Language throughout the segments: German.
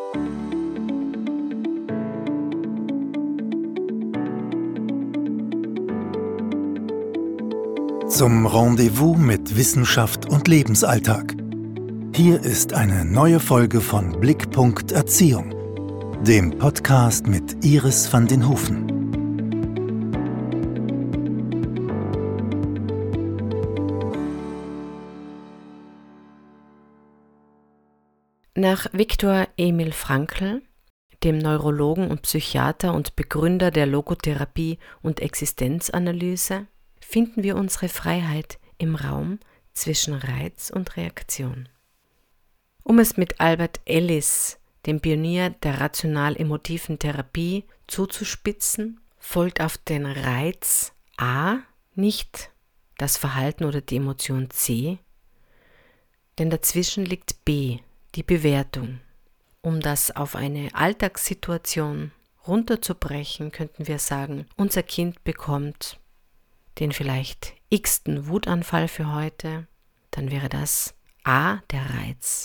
Zum Rendezvous mit Wissenschaft und Lebensalltag. Hier ist eine neue Folge von Blickpunkt Erziehung, dem Podcast mit Iris van den Hoeven. Nach Viktor Emil Frankl, dem Neurologen und Psychiater und Begründer der Logotherapie und Existenzanalyse, finden wir unsere Freiheit im Raum zwischen Reiz und Reaktion. Um es mit Albert Ellis, dem Pionier der rational-emotiven Therapie, zuzuspitzen, folgt auf den Reiz A nicht das Verhalten oder die Emotion C, denn dazwischen liegt B, die Bewertung. Um das auf eine Alltagssituation runterzubrechen, könnten wir sagen, unser Kind bekommt den vielleicht x-ten Wutanfall für heute, dann wäre das A, der Reiz.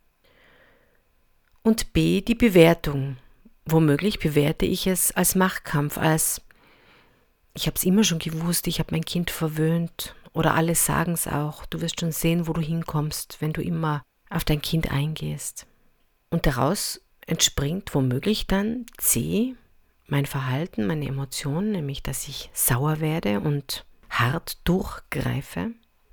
Und B, die Bewertung. Womöglich bewerte ich es als Machtkampf, als ich habe es immer schon gewusst, ich habe mein Kind verwöhnt oder alle sagen es auch, du wirst schon sehen, wo du hinkommst, wenn du immer auf dein Kind eingehst. Und daraus entspringt womöglich dann C, mein Verhalten, meine Emotionen, nämlich dass ich sauer werde und hart durchgreife.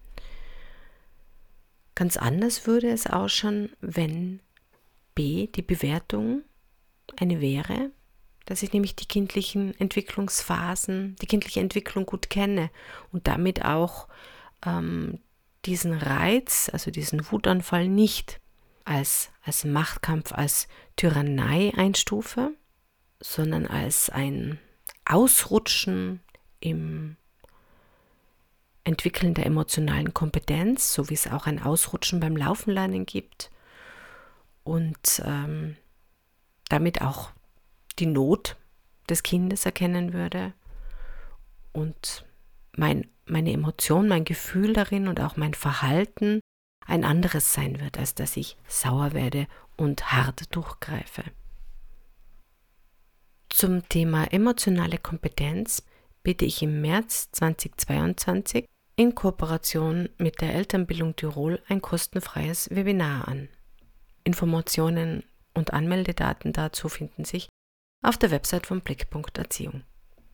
Ganz anders würde es ausschauen, wenn B, die Bewertung, eine wäre, dass ich nämlich die kindlichen Entwicklungsphasen, die kindliche Entwicklung gut kenne und damit auch diesen Reiz, also diesen Wutanfall nicht als Machtkampf, als Tyrannei einstufe, sondern als ein Ausrutschen im Entwickeln der emotionalen Kompetenz, so wie es auch ein Ausrutschen beim Laufenlernen gibt und damit auch die Not des Kindes erkennen würde und meine Emotion, mein Gefühl darin und auch mein Verhalten ein anderes sein wird, als dass ich sauer werde und hart durchgreife. Zum Thema emotionale Kompetenz biete ich im März 2022 in Kooperation mit der Elternbildung Tirol ein kostenfreies Webinar an. Informationen und Anmeldedaten dazu finden sich auf der Website von Blickpunkt Erziehung.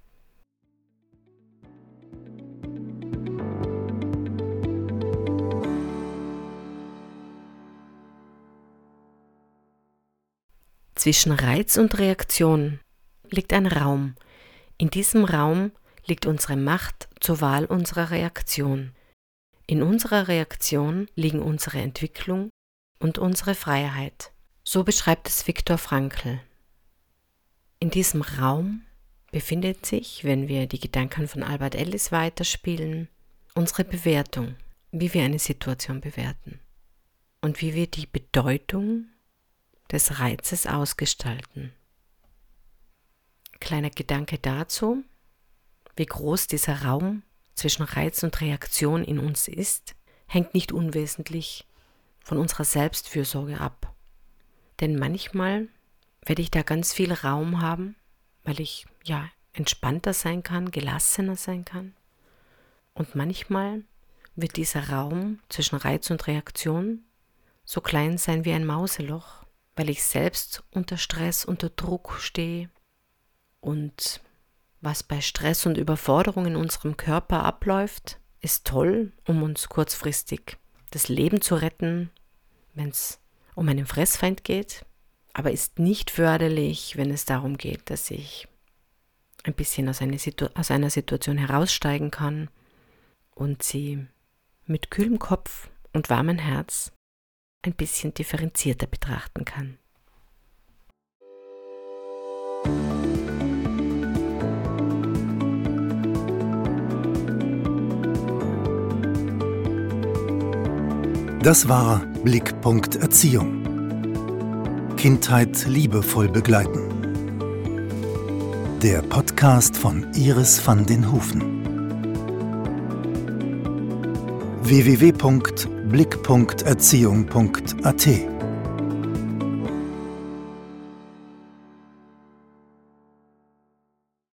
Zwischen Reiz und Reaktion liegt ein Raum. In diesem Raum liegt unsere Macht zur Wahl unserer Reaktion. In unserer Reaktion liegen unsere Entwicklung und unsere Freiheit. So beschreibt es Viktor Frankl. In diesem Raum befindet sich, wenn wir die Gedanken von Albert Ellis weiterspielen, unsere Bewertung, wie wir eine Situation bewerten und wie wir die Bedeutung des Reizes ausgestalten. Kleiner Gedanke dazu, wie groß dieser Raum zwischen Reiz und Reaktion in uns ist, hängt nicht unwesentlich von unserer Selbstfürsorge ab. Denn manchmal werde ich da ganz viel Raum haben, weil ich entspannter sein kann, gelassener sein kann. Und manchmal wird dieser Raum zwischen Reiz und Reaktion so klein sein wie ein Mauseloch, weil ich selbst unter Stress, unter Druck stehe. Und was bei Stress und Überforderung in unserem Körper abläuft, ist toll, um uns kurzfristig das Leben zu retten, wenn es um einen Fressfeind geht, aber ist nicht förderlich, wenn es darum geht, dass ich ein bisschen aus einer Situation heraussteigen kann und sie mit kühlem Kopf und warmem Herz ein bisschen differenzierter betrachten kann. Das war Blickpunkt Erziehung. Kindheit liebevoll begleiten. Der Podcast von Iris van den Hoeven. www.blickpunkterziehung.at